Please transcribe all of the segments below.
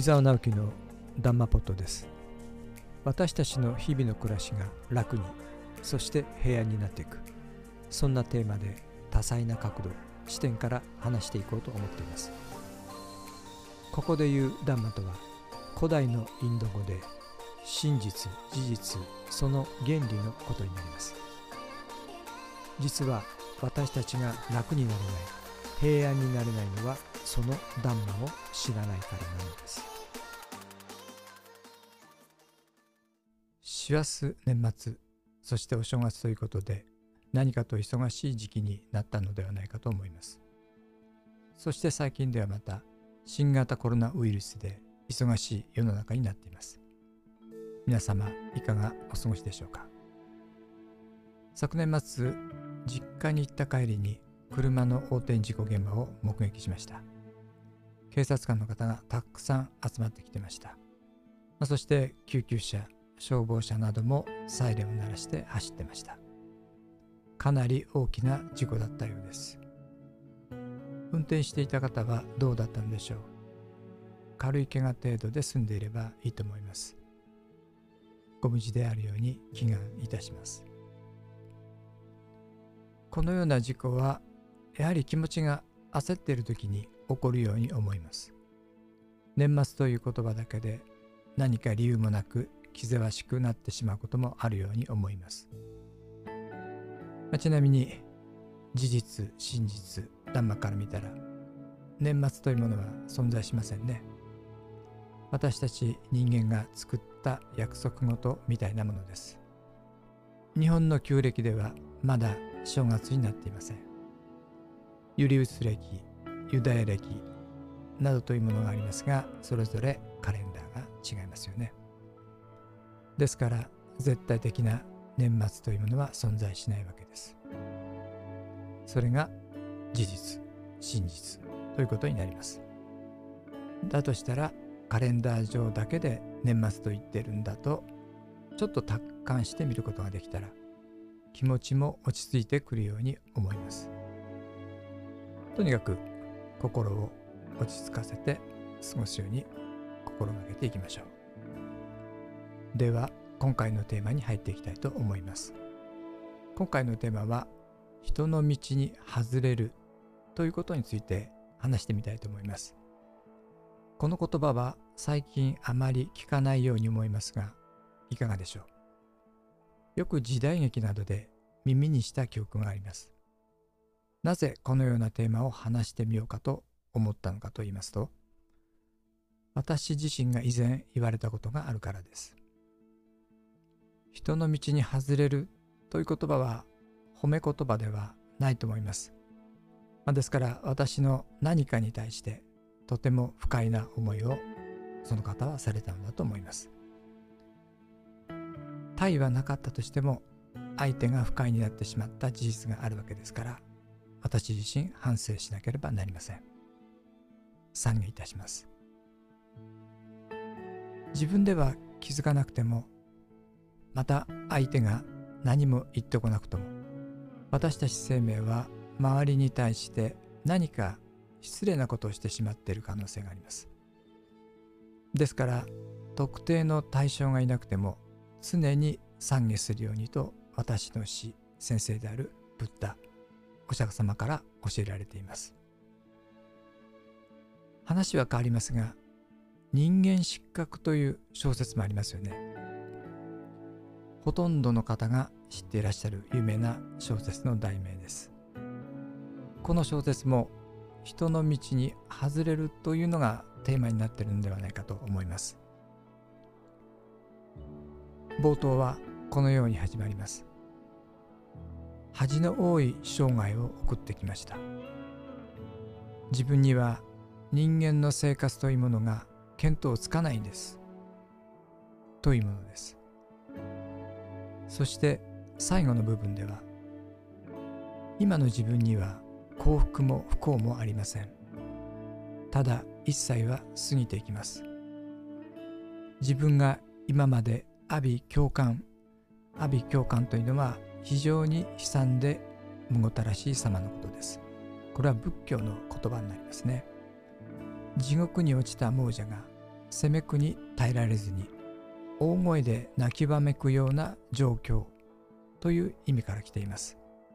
沢直樹のダンマポットです。私たちの日々の暮らしが楽に、そして平安になっていく、そんなテーマで多彩な角度、視点から話していこうと思っています。ここで言うダンマとは、古代のインド語で真実、事実、その原理のことになります。実は私たちが楽になれない、平安になれないのはそのダンマを知らないからなのです。師走年末、そしてお正月ということで、何かと忙しい時期になったのではないかと思います。そして最近ではまた新型コロナウイルスで忙しい世の中になっています。皆様いかがお過ごしでしょうか。昨年末、実家に行った帰りに車の横転事故現場を目撃しました。警察官の方がたくさん集まってきてました。そして救急車、消防車などもサイレンを鳴らして走ってました。かなり大きな事故だったようです。運転していた方はどうだったのでしょう。軽い怪我程度で済んでいればいいと思います。ご無事であるように祈願いたします。このような事故はやはり気持ちが焦っている時に起こるように思います。年末という言葉だけで何か理由もなく気ぜわしくなってしまうこともあるように思います。ちなみに事実、真実、ダンマから見たら年末というものは存在しませんね。私たち人間が作った約束事みたいなものです。日本の旧暦ではまだ正月になっていません。ユリウス暦、ユダヤ暦などというものがありますが、それぞれカレンダーが違いますよね。ですから絶対的な年末というものは存在しないわけです。それが事実、真実ということになります。だとしたらカレンダー上だけで年末と言ってるんだと、ちょっと達観してみることができたら気持ちも落ち着いてくるように思います。とにかく心を落ち着かせて過ごすように心がけていきましょう。では今回のテーマに入っていきたいと思います。今回のテーマは人の道に外れるということについて話してみたいと思います。この言葉は最近あまり聞かないように思いますが、いかがでしょう。よく時代劇などで耳にした記憶があります。なぜこのようなテーマを話してみようかと思ったのかと言いますと、私自身が以前言われたことがあるからです。人の道に外れるという言葉は褒め言葉ではないと思います。ですから私の何かに対してとても不快な思いをその方はされたのだと思います。他はなかったとしても相手が不快になってしまった事実があるわけですから、私自身反省しなければなりません。懺悔いたします。自分では気づかなくても、また相手が何も言ってこなくとも、私たち生命は周りに対して何か失礼なことをしてしまっている可能性があります。ですから特定の対象がいなくても常に懺悔するようにと、私の師先生であるブッダお釈迦様から教えられています。話は変わりますが、人間失格という小説もありますよね。ほとんどの方が知っていらっしゃる有名な小説の題名です。この小説も人の道に外れるというのがテーマになっているのではないかと思います。冒頭はこのように始まります。恥の多い生涯を送ってきました。自分には人間の生活というものが見当つかないんですというものです。そして最後の部分では、今の自分には幸福も不幸もありません。ただ一切は過ぎていきます。自分が今まで阿鼻叫喚というのは非常に悲惨でむごたらしい様のことです。これは仏教の言葉になりますね。地獄に落ちた亡者が責め苦に耐えられずに大声で泣きわめくような状況という意味から来ています。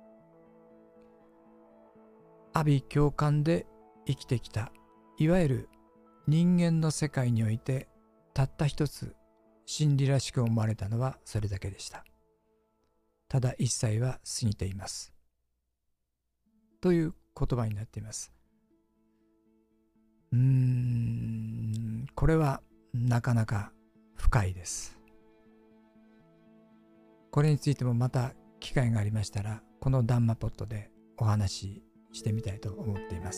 阿鼻共感で生きてきた、いわゆる人間の世界においてたった一つ真理らしく思われたのはそれだけでした。ただ一切は過ぎています。という言葉になっています。これはなかなか深いです。これについてもまた機会がありましたら、このダンマポットでお話ししてみたいと思っています。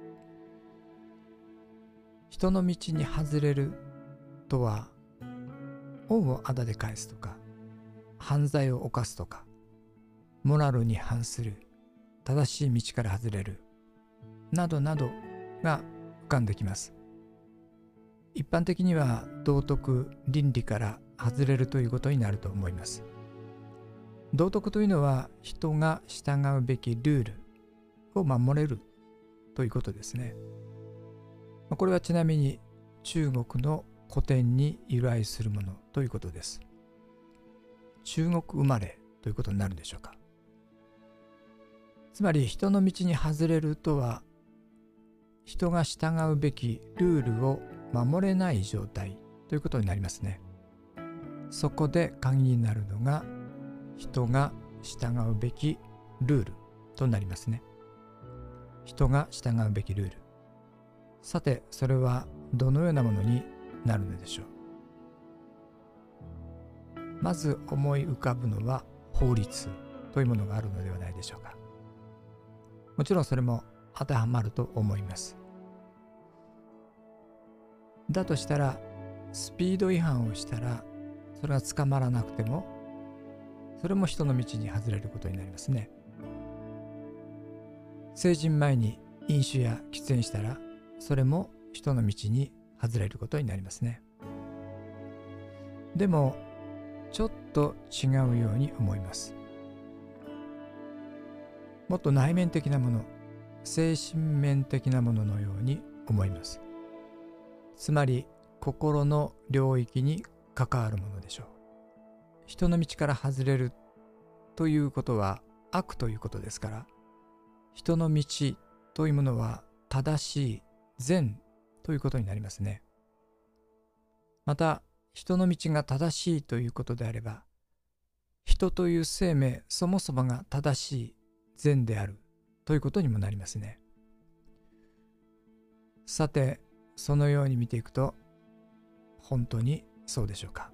人の道に外れるとは、恩を仇で返すとか、犯罪を犯すとか、モラルに反する、正しい道から外れる、などなどが浮かんできます。一般的には道徳、倫理から外れるということになると思います。道徳というのは人が従うべきルールを守れるということですね。これはちなみに中国の古典に由来するものということです。中国生まれということになるんでしょうか。つまり人の道に外れるとは、人が従うべきルールを守れない状態ということになりますね。そこで鍵になるのが人が従うべきルールとなりますね。人が従うべきルール。さて、それはどのようなものになるのでしょう。まず思い浮かぶのは法律というものがあるのではないでしょうか。もちろんそれも当てはまると思います。だとしたら、スピード違反をしたら、それが捕まらなくても、それも人の道に外れることになりますね。成人前に飲酒や喫煙したら、それも人の道に外れることになりますね。でも、ちょっと違うように思います。もっと内面的なもの、精神面的なもののように思います。つまり、心の領域に関わるものでしょう。人の道から外れるということは悪ということですから、人の道というものは正しい善ということになりますね。また、人の道が正しいということであれば、人という生命そもそもが正しい善であるということにもなりますね。さて、そのように見ていくと、本当にそうでしょうか。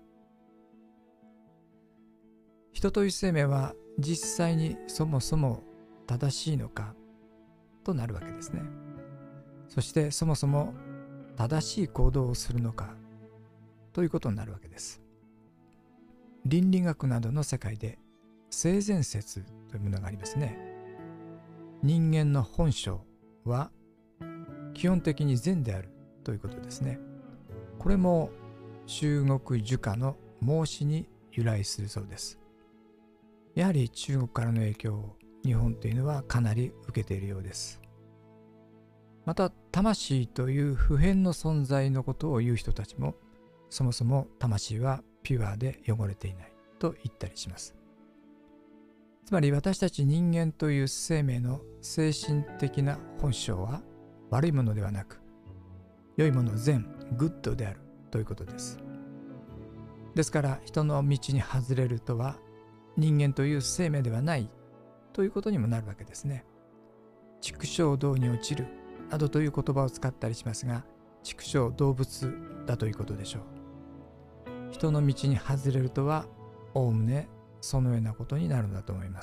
人という生命は実際にそもそも正しいのかとなるわけですね。そしてそもそも正しい行動をするのかということになるわけです。倫理学などの世界で性善説というものがありますね。人間の本性は基本的に善であるということですね。これも中国儒家の孟子に由来するそうです。やはり中国からの影響を日本というのはかなり受けているようです。また、魂という普遍の存在のことを言う人たちも、そもそも魂はピュアで汚れていないと言ったりします。つまり私たち人間という生命の精神的な本性は悪いものではなく、良いもの善、グッドであるということです。ですから人の道に外れるとは人間という生命ではないということにもなるわけですね。畜生道に落ちるなどという言葉を使ったりしますが、畜生動物だということでしょう。人の道に外れるとはおおむねそのようなことになるのだと思います。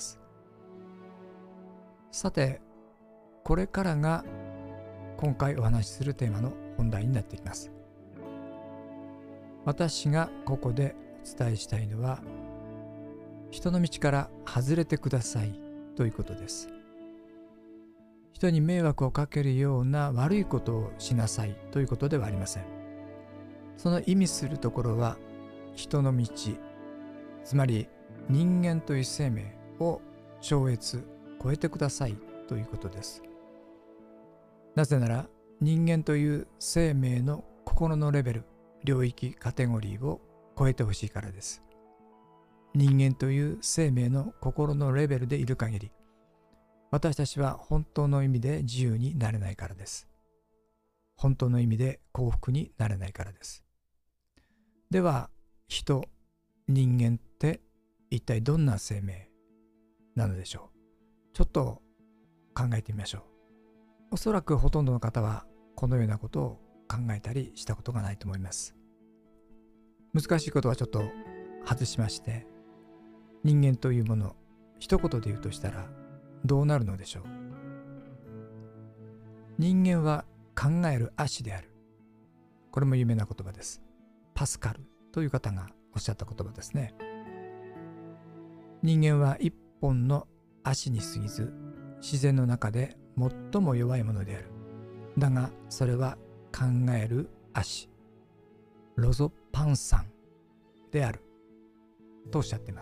さて、これからが今回お話しするテーマの本題になってきます。私がここでお伝えしたいのは、人の道から外れてくださいということです。人に迷惑をかけるような悪いことをしなさいということではありません。その意味するところは、人の道、つまり人間という生命を超越、超えてくださいということです。なぜなら、人間という生命の心のレベル、領域、カテゴリーを超えてほしいからです。人間という生命の心のレベルでいる限り、私たちは本当の意味で自由になれないからです。本当の意味で幸福になれないからです。では、人間って一体どんな生命なのでしょう。ちょっと考えてみましょう。おそらくほとんどの方はこのようなことを考えたりしたことがないと思います。難しいことはちょっと外しまして、人間というもの、一言で言うとしたらどうなるのでしょう。人間は考える葦である。これも有名な言葉です。パスカルという方がおっしゃった言葉ですね。人間は一本の葦に過ぎず、自然の中で最も弱いものである。だがそれは考える葦、ロゾパンサンであるとおっしゃっています。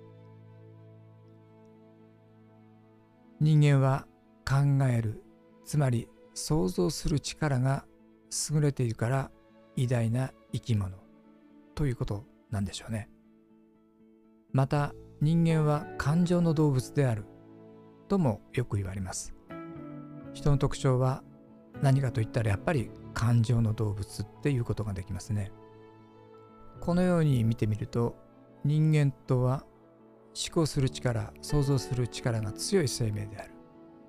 人間は考える、つまり想像する力が優れているから偉大な生き物ということなんでしょうね。また人間は感情の動物であるともよく言われます。人の特徴は何かといったらやっぱり感情の動物っていうことができますね。このように見てみると、人間とは思考する力、想像する力が強い生命である。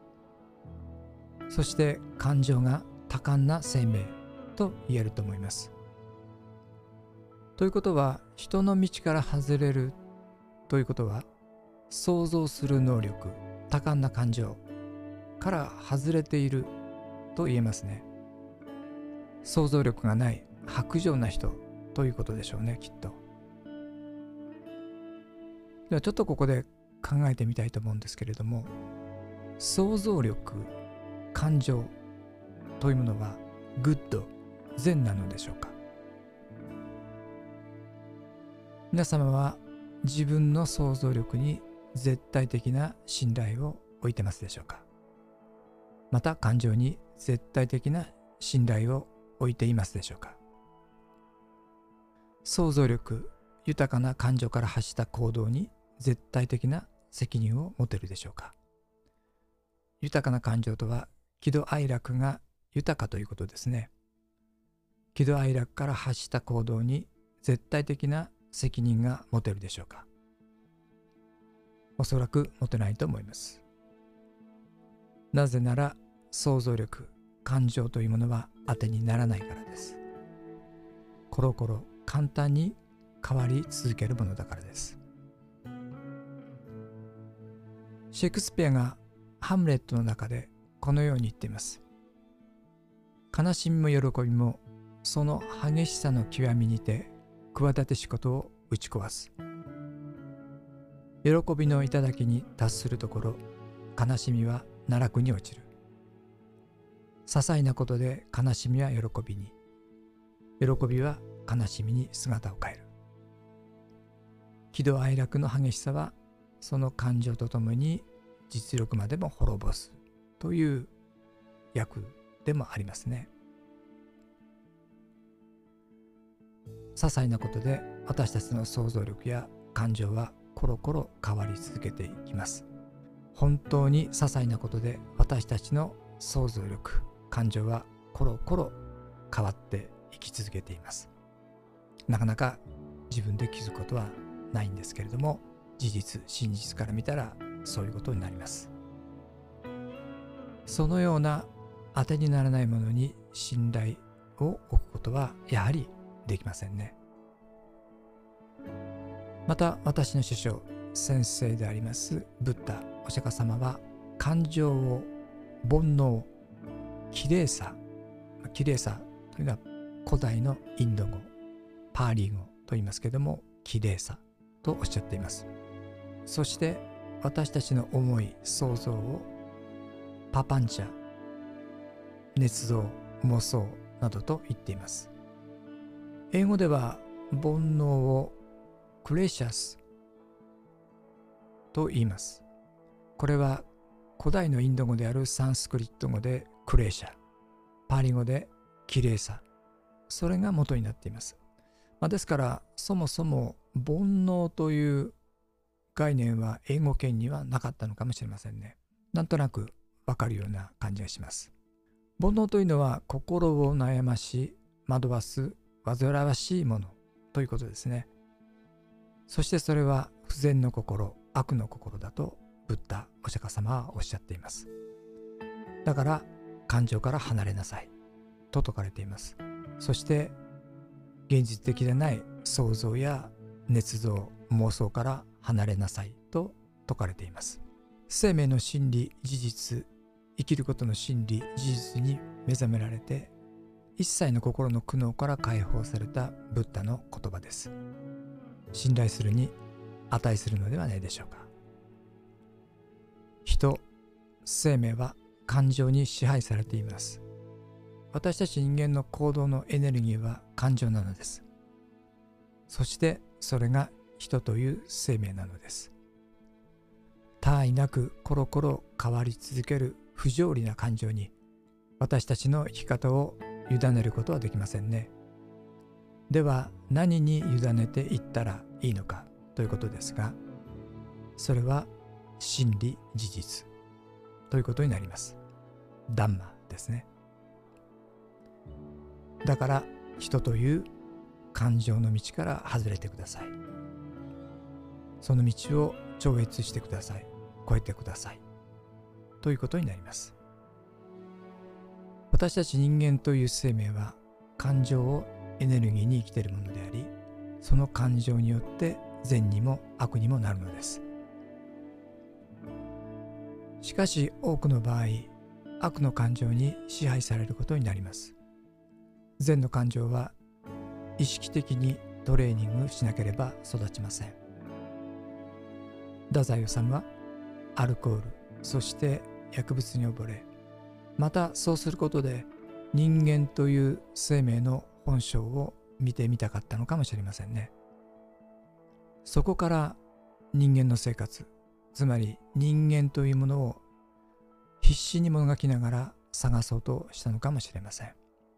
そして感情が多感な生命と言えると思います。ということは、人の道から外れるということは、想像する能力、多感な感情から外れていると言えますね。想像力がない薄情な人ということでしょうね、きっと。ではちょっとここで考えてみたいと思うんですけれども、想像力、感情というものはグッド、善なのでしょうか。皆様は自分の想像力に絶対的な信頼を置いてますでしょうか。また感情に絶対的な信頼を置いていますでしょうか。想像力、豊かな感情から発した行動に絶対的な責任を持てるでしょうか。豊かな感情とは喜怒哀楽が豊かということですね。喜怒哀楽から発した行動に絶対的な責任が持てるでしょうか。おそらく持てないと思います。なぜなら想像力、感情というものは当てにならないからです。コロコロ簡単に変わり続けるものだからです。シェイクスピアがハムレットの中でこのように言っています。悲しみも喜びもその激しさの極みにて企てしことを打ち壊す。喜びの頂に達するところ、悲しみは奈落に落ちる。些細なことで悲しみは喜びに、喜びは悲しみに姿を変える。喜怒哀楽の激しさはその感情とともに実力までも滅ぼすという訳でもありますね。些細なことで私たちの想像力や感情はコロコロ変わり続けていきます。本当に些細なことで私たちの想像力、感情はコロコロ変わっていき続けています。なかなか自分で気づくことはないんですけれども、事実、真実から見たらそういうことになります。そのような当てにならないものに信頼を置くことはやはりできませんね。また私の師匠、先生でありますブッダお釈迦様は、感情を煩悩、綺麗さ、綺麗さというのは古代のインド語、パーリー語と言いますけれども、綺麗さとおっしゃっています。そして私たちの思い、想像をパパンチャ、捏造、妄想などと言っています。英語では煩悩をクレシャスと言います。これは古代のインド語であるサンスクリット語でクレーシャ、パーリ語で綺麗さそれが元になっています。ですからそもそも煩悩という概念は英語圏にはなかったのかもしれませんね。なんとなくわかるような感じがします。煩悩というのは心を悩まし、惑わす、煩わしいものということですね。そしてそれは不全の心、悪の心だとブッダ、お釈迦様はおっしゃっています。だから感情から離れなさいと説かれています。そして現実的でない想像や捏造、妄想から離れなさいと説かれています。生命の真理、事実、生きることの真理、事実に目覚められて、一切の心の苦悩から解放されたブッダの言葉です。信頼するに値するのではないでしょうか。人、生命は感情に支配されています。私たち人間の行動のエネルギーは感情なのです。そしてそれが人という生命なのです。他愛なくコロコロ変わり続ける不条理な感情に私たちの生き方を委ねることはできませんね。では何に委ねていったらいいのかということですが、それは真理事実ということになります。ダンマですね。だから人という感情の道から外れてください。その道を超越してください。超えてください。ということになります。私たち人間という生命は感情をエネルギーに生きているものであり、その感情によって善にも悪にもなるのです。しかし多くの場合、悪の感情に支配されることになります。善の感情は意識的にトレーニングしなければ育ちません。太宰治はアルコール、そして薬物に溺れ、またそうすることで人間という生命の本性を見てみたかったのかもしれませんね。そこから人間の生活、つまり人間というものを必死にもがきながら探そうとしたのかもしれません。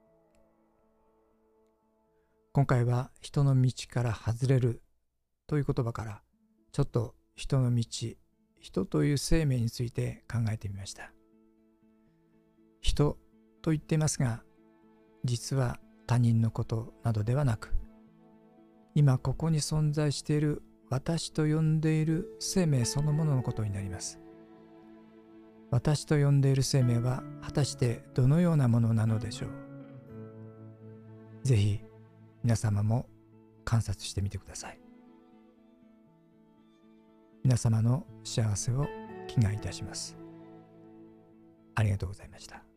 今回は人の道から外れるという言葉からちょっと人の道、人という生命について考えてみました。人と言っていますが、実は他人のことなどではなく、今ここに存在している私と呼んでいる生命そのもののことになります。私と呼んでいる生命は果たしてどのようなものなのでしょう。ぜひ皆様も観察してみてください。皆様の幸せを祈願いたします。ありがとうございました。